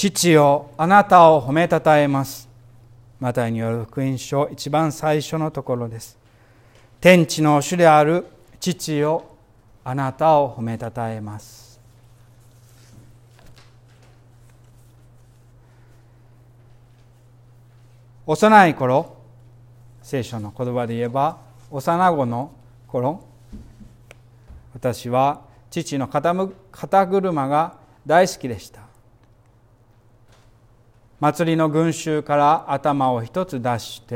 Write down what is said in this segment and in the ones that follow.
父よ、あなたを褒めたたえます。マタイによる福音書一番最初のところです。天地の主である父よ、あなたを褒めたたえます。幼い頃、聖書の言葉で言えば幼子の頃、私は父の肩車が大好きでした。祭りの群衆から頭を一つ出して、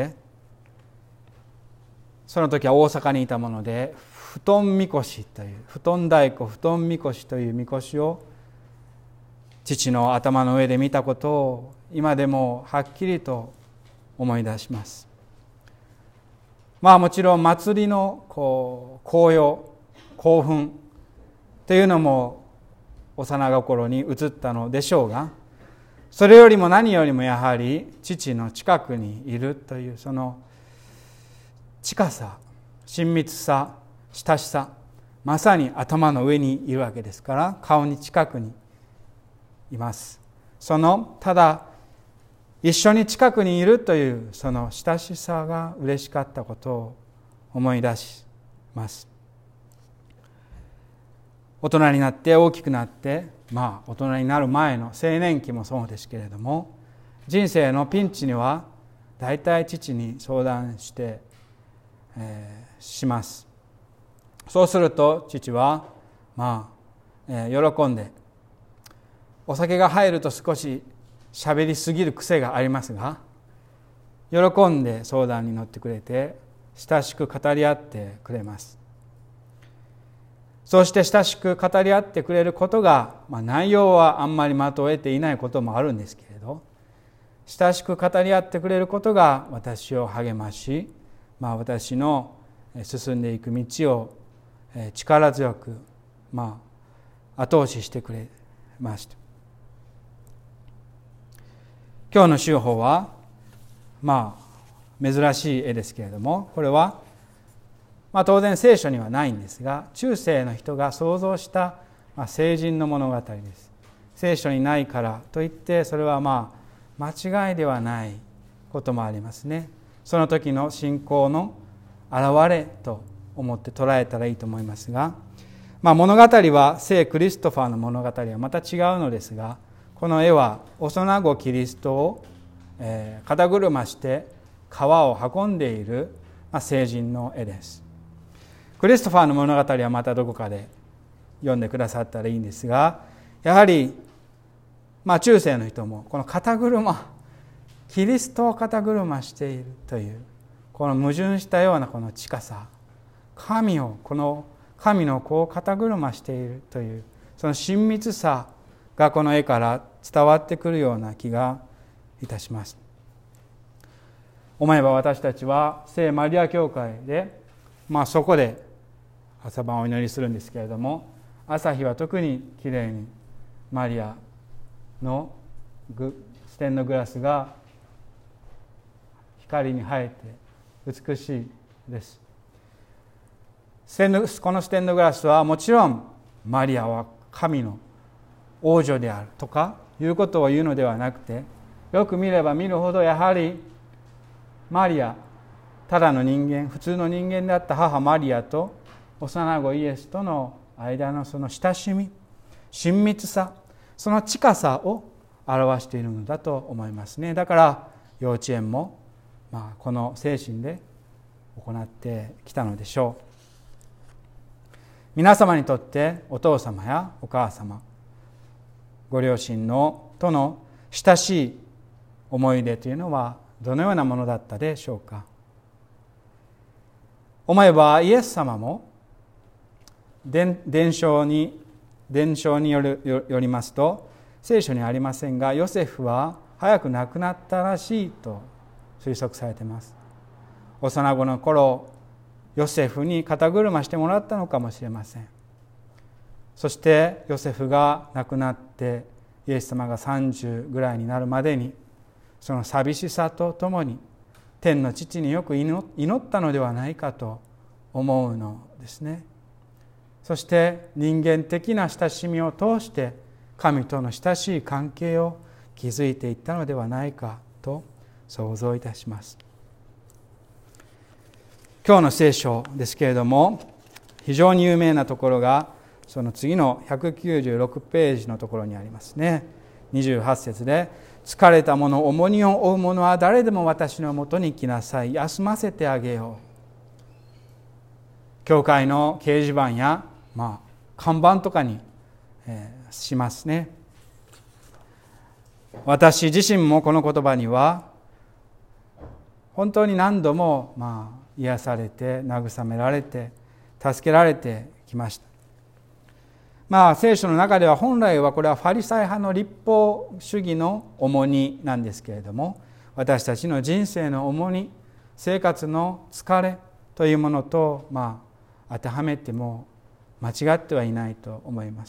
その時は大阪にいたもので、布団みこしという、布団太鼓、布団みこしというみこしを父の頭の上で見たことを今でもはっきりと思い出します。もちろん祭りの高揚、興奮というのも幼心に移ったのでしょうが、それよりも何よりもやはり父の近くにいるというその近さ、親密さ、親しさ、まさに頭の上にいるわけですから、顔に近くにいます。そのただ一緒に近くにいるというその親しさが嬉しかったことを思い出します。大人になって大きくなって、大人になる前の青年期もそうですけれども、人生のピンチには大体父に相談して、します。そうすると父は喜んで、お酒が入ると少し喋りすぎる癖がありますが、喜んで相談に乗ってくれて、親しく語り合ってくれます。そうして親しく語り合ってくれることが、内容はあんまり的を得ていないこともあるんですけれど、親しく語り合ってくれることが私を励まし、私の進んでいく道を力強く後押ししてくれました。今日の週報は珍しい絵ですけれども、これは当然聖書にはないんですが、中世の人が創造した聖人の物語です。聖書にないからといってそれは間違いではないこともありますね。その時の信仰の現れと思って捉えたらいいと思いますが、物語は聖クリストファーの物語はまた違うのですが、この絵は幼子キリストを肩車して川を運んでいる聖人の絵です。クリストファーの物語はまたどこかで読んでくださったらいいんですが、やはり中世の人もこの肩車、キリストを肩車しているというこの矛盾したようなこの近さ、神の子を肩車しているというその親密さがこの絵から伝わってくるような気がいたします。思えば私たちは聖マリア教会で、そこで朝晩お祈りするんですけれども、朝日は特にきれいにマリアのステンドグラスが光に映えて美しいです。このステンドグラスはもちろんマリアは神の王女であるとかいうことを言うのではなくて、よく見れば見るほどやはりマリア、ただの人間、普通の人間であった母マリアと幼子イエスとの間のその親しみ、親密さ、その近さを表しているのだと思いますね。だから幼稚園もこの精神で行ってきたのでしょう。皆様にとってお父様やお母様、ご両親との親しい思い出というのはどのようなものだったでしょうか。思えばイエス様も伝承によりますと、聖書にはありませんが、ヨセフは早く亡くなったらしいと推測されています。幼子の頃、ヨセフに肩車してもらったのかもしれません。そしてヨセフが亡くなってイエス様が30ぐらいになるまでに、その寂しさとともに天の父によく祈ったのではないかと思うのですね。そして人間的な親しみを通して神との親しい関係を築いていったのではないかと想像いたします。今日の聖書ですけれども、非常に有名なところがその次の196ページのところにありますね。28節で、疲れた者、重荷を負う者は誰でも私のもとに来なさい。休ませてあげよう。教会の掲示板や、看板とかに、しますね。私自身もこの言葉には本当に何度も癒されて、慰められて、助けられてきました。聖書の中では本来はこれはファリサイ派の立法主義の重荷なんですけれども、私たちの人生の重荷、生活の疲れというものと当てはめても間違ってはいないと思います。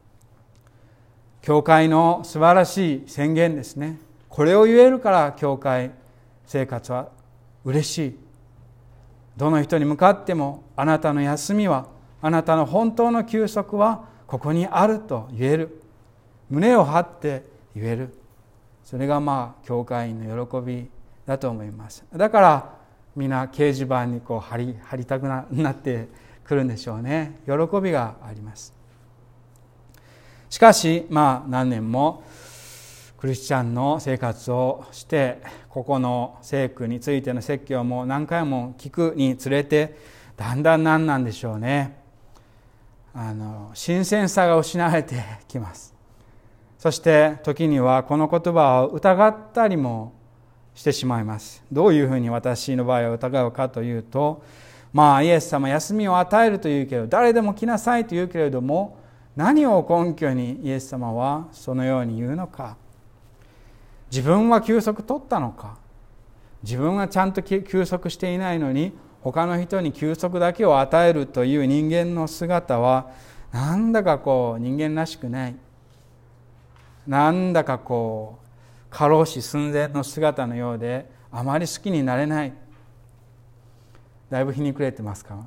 教会の素晴らしい宣言ですね。これを言えるから教会生活は嬉しい。どの人に向かってもあなたの休みは、あなたの本当の休息はここにあると言える。胸を張って言える。それが教会の喜びだと思います。だからみんな掲示板に貼りたくなってくるんでしょうね。喜びがあります。しかし何年もクリスチャンの生活をして、ここの聖句についての説教も何回も聞くにつれて、だんだん何なんでしょうね、新鮮さが失われてきます。そして時にはこの言葉を疑ったりもしてしまいます。どういうふうに私の場合は疑うかというと、イエス様休みを与えるというけれど、誰でも来なさいというけれども、何を根拠にイエス様はそのように言うのか。自分は休息取ったのか。自分はちゃんと休息していないのに他の人に休息だけを与えるという人間の姿は、なんだか人間らしくない、なんだか過労死寸前の姿のようで、あまり好きになれない。だいぶひにくれてますか。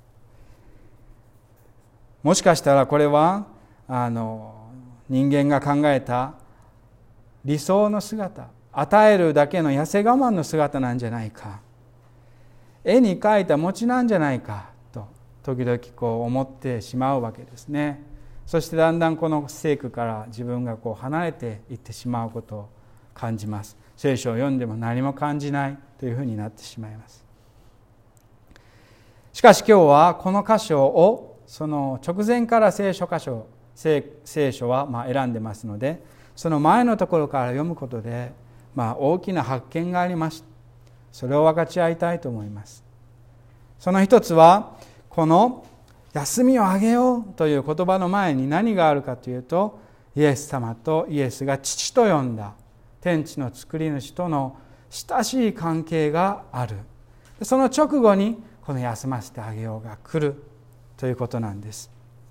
もしかしたらこれは人間が考えた理想の姿、与えるだけの痩せ我慢の姿なんじゃないか、絵に描いた餅なんじゃないかと時々思ってしまうわけですね。そしてだんだんこの聖句から自分が離れていってしまうことを感じます。聖書を読んでも何も感じないというふうになってしまいます。しかし今日はこの箇所をその直前から聖書は選んでますので、その前のところから読むことで大きな発見がありました。それを分かち合いたいと思います。その一つは、この休みをあげようという言葉の前に何があるかというと、イエス様とイエスが父と呼んだ天地の作り主との親しい関係がある。その直後にこの休ませてあげようが来るということなんです。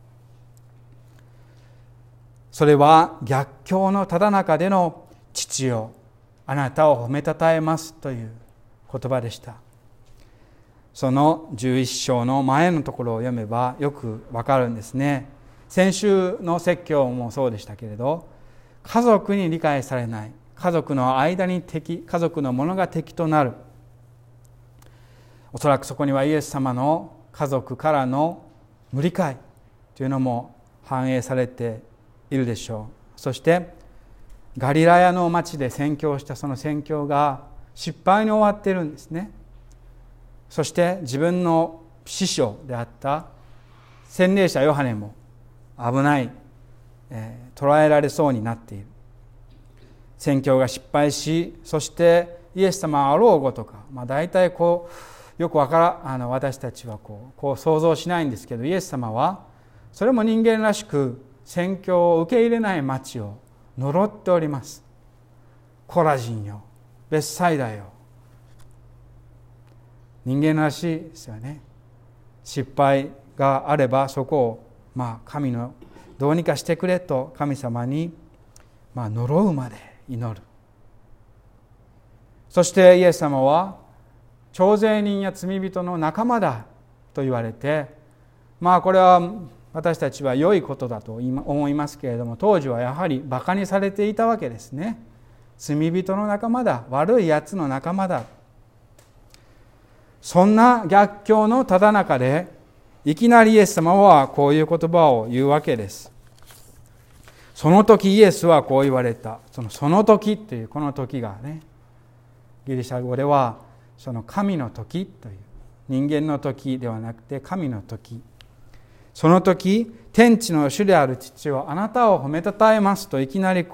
それは逆境のただ中での父よ、あなたを褒めたたえますという言葉でした。その11章の前のところを読めばよくわかるんですね。先週の説教もそうでしたけれど、家族に理解されない、家族の間に敵、家族のものが敵となる。おそらくそこにはイエス様の家族からの無理解というのも反映されているでしょう。そしてガリラヤの町で宣教したその宣教が失敗に終わっているんですね。そして自分の師匠であった洗礼者ヨハネも危ない、捕らえられそうになっている。宣教が失敗し、そしてイエス様はあろうごとか、大体よく私たちはこう想像しないんですけど、イエス様はそれも人間らしく宣教を受け入れない町を呪っております。コラジンよ、ベスサイダよ。人間らしいですよね。失敗があればそこを神のどうにかしてくれと神様に呪うまで祈る。そしてイエス様は徴税人や罪人の仲間だと言われて、これは私たちは良いことだと思いますけれども、当時はやはりバカにされていたわけですね。罪人の仲間だ、悪いやつの仲間だ。そんな逆境のただ中でいきなりイエス様はこういう言葉を言うわけです。その時イエスはこう言われた。その時というこの時がね、ギリシャ語ではその神の時という、人間の時ではなくて神の時。その時、天地の主である父をあなたを褒めたたえますと、いきなり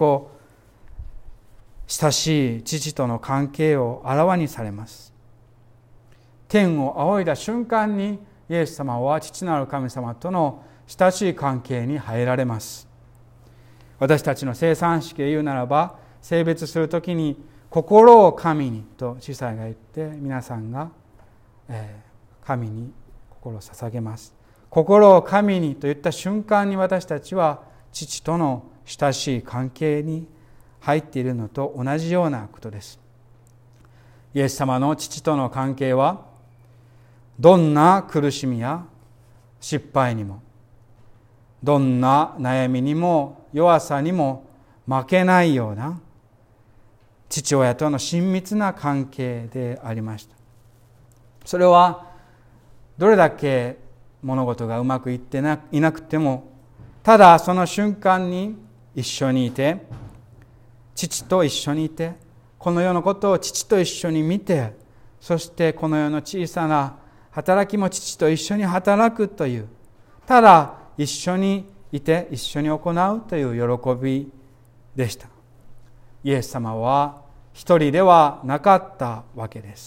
親しい父との関係をあらわにされます。天を仰いだ瞬間にイエス様は父なる神様との親しい関係に入られます。私たちの生産式で言うならば、性別するときに心を神にと司祭が言って、皆さんが神に心を捧げます。心を神にと言った瞬間に私たちは父との親しい関係に入っているのと同じようなことです。イエス様の父との関係は、どんな苦しみや失敗にも、どんな悩みにも弱さにも負けないような父親との親密な関係でありました。それはどれだけ物事がうまくいっていなくても、ただその瞬間に一緒にいて、父と一緒にいて、この世のことを父と一緒に見て、そしてこの世の小さな働きも父と一緒に働くという、ただ一緒にいて一緒に行うという喜びでした。イエス様は一人ではなかったわけです。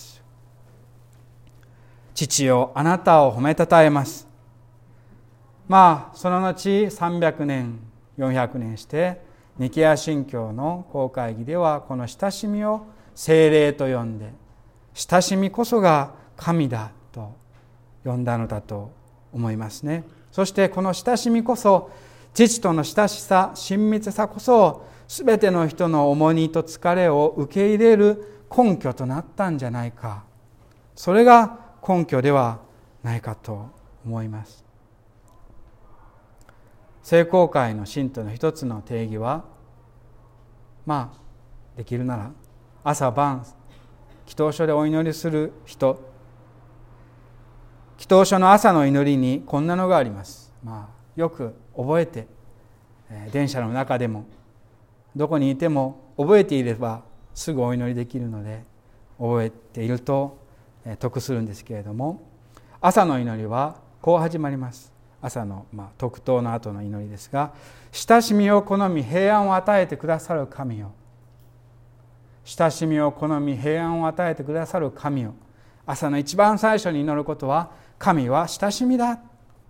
父よ、あなたを褒めたたえます。その後300年400年してニケア信教の公会議では、この親しみを聖霊と呼んで、親しみこそが神だと呼んだのだと思いますね。そしてこの親しみこそ、父との親しさ、親密さこそ、すべての人の重荷と疲れを受け入れる根拠となったんじゃないか。それが根拠ではないかと思います。聖公会の信徒の一つの定義は、できるなら朝晩祈祷所でお祈りする人、祈祷所の朝の祈りにこんなのがあります。よく覚えて、電車の中でもどこにいても覚えていればすぐお祈りできるので、覚えていると得するんですけれども、朝の祈りはこう始まります。朝の祷の後の祈りですが、親しみを好み平安を与えてくださる神よ、親しみを好み平安を与えてくださる神よ。朝の一番最初に祈ることは、神は親しみだ、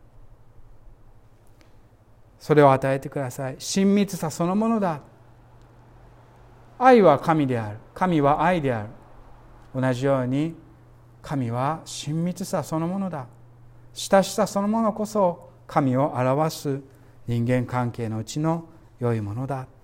それを与えてください。親密さそのものだ。愛は神である、神は愛である。同じように神は親密さそのものだ。親しさそのものこそ神を表す人間関係のうちの良いものだ。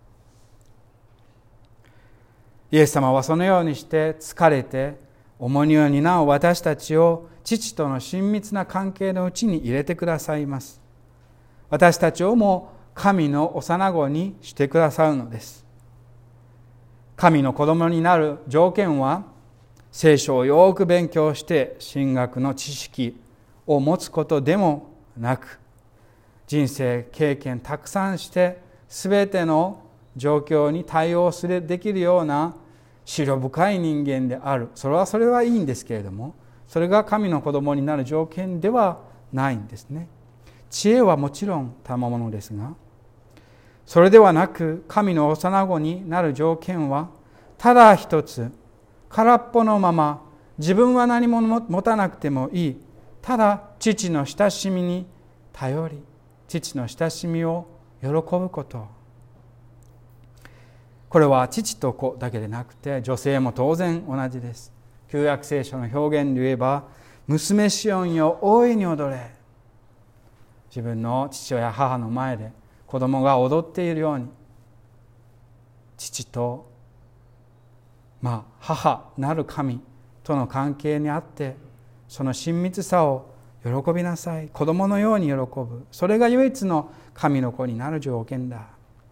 イエス様はそのようにして疲れて重荷を担う私たちを父との親密な関係のうちに入れてくださいます。私たちをも神の幼子にしてくださるのです。神の子供になる条件は、聖書をよく勉強して神学の知識を持つことでもなく、人生経験たくさんしてすべての状況に対応できるような思慮深い人間である。それはいいんですけれども、それが神の子供になる条件ではないんですね。知恵はもちろん賜物ですが、それではなく神の幼子になる条件はただ一つ、空っぽのまま自分は何も持たなくてもいい、ただ父の親しみに頼り、父の親しみを喜ぶこと。これは父と子だけでなくて女性も当然同じです。旧約聖書の表現で言えば、娘シオンよ大いに踊れ。自分の父親母の前で子供が踊っているように、父と母なる神との関係にあって、その親密さを喜びなさい。子供のように喜ぶ。それが唯一の神の子になる条件だ。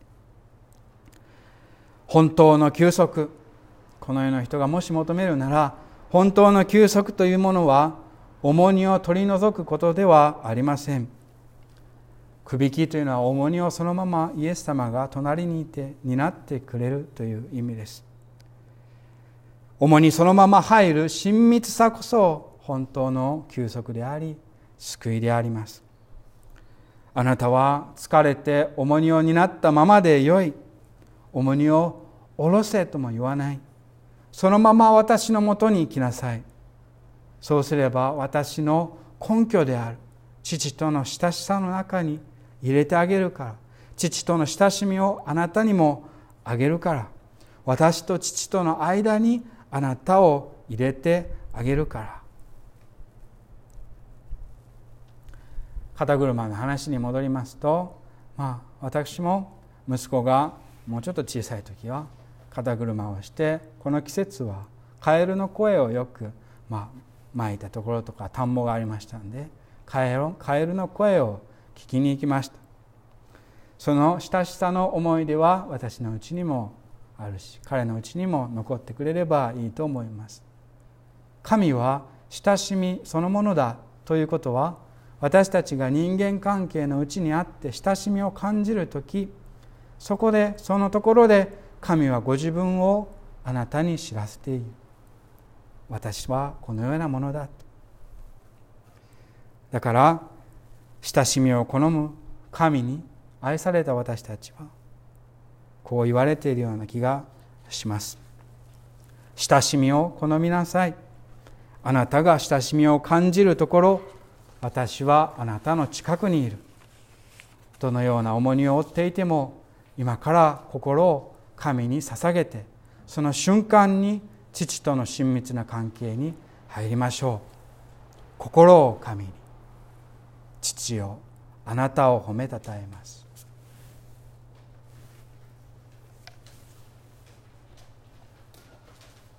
本当の休息、この世の人がもし求めるなら、本当の休息というものは重荷を取り除くことではありません。くびきというのは重荷をそのままイエス様が隣にいて担ってくれるという意味です。重荷そのまま入る親密さこそ本当の休息であり救いであります。あなたは疲れて重荷を担ったままでよい。重荷を下ろせとも言わない。そのまま私のもとに来なさい。そうすれば私の根拠である父との親しさの中に入れてあげるから。父との親しみをあなたにもあげるから。私と父との間にあなたを入れてあげるから。肩車の話に戻りますと、私も息子がもうちょっと小さい時は肩車をして、この季節はカエルの声をよく撒いたところとか田んぼがありましたので、カエルの声を聞きに行きました。その親しさの思い出は私のうちにもあるし、彼のうちにも残ってくれればいいと思います。神は親しみそのものだということは、私たちが人間関係のうちにあって親しみを感じるとき、そのところで神はご自分をあなたに知らせている。私はこのようなものだと。だから親しみを好む神に愛された私たちはこう言われているような気がします。親しみを好みなさい。あなたが親しみを感じるところ、私はあなたの近くにいる。どのような重荷を負っていても、今から心を神に捧げて、その瞬間に父との親密な関係に入りましょう。心を神に、父よ、あなたを褒めたたえます。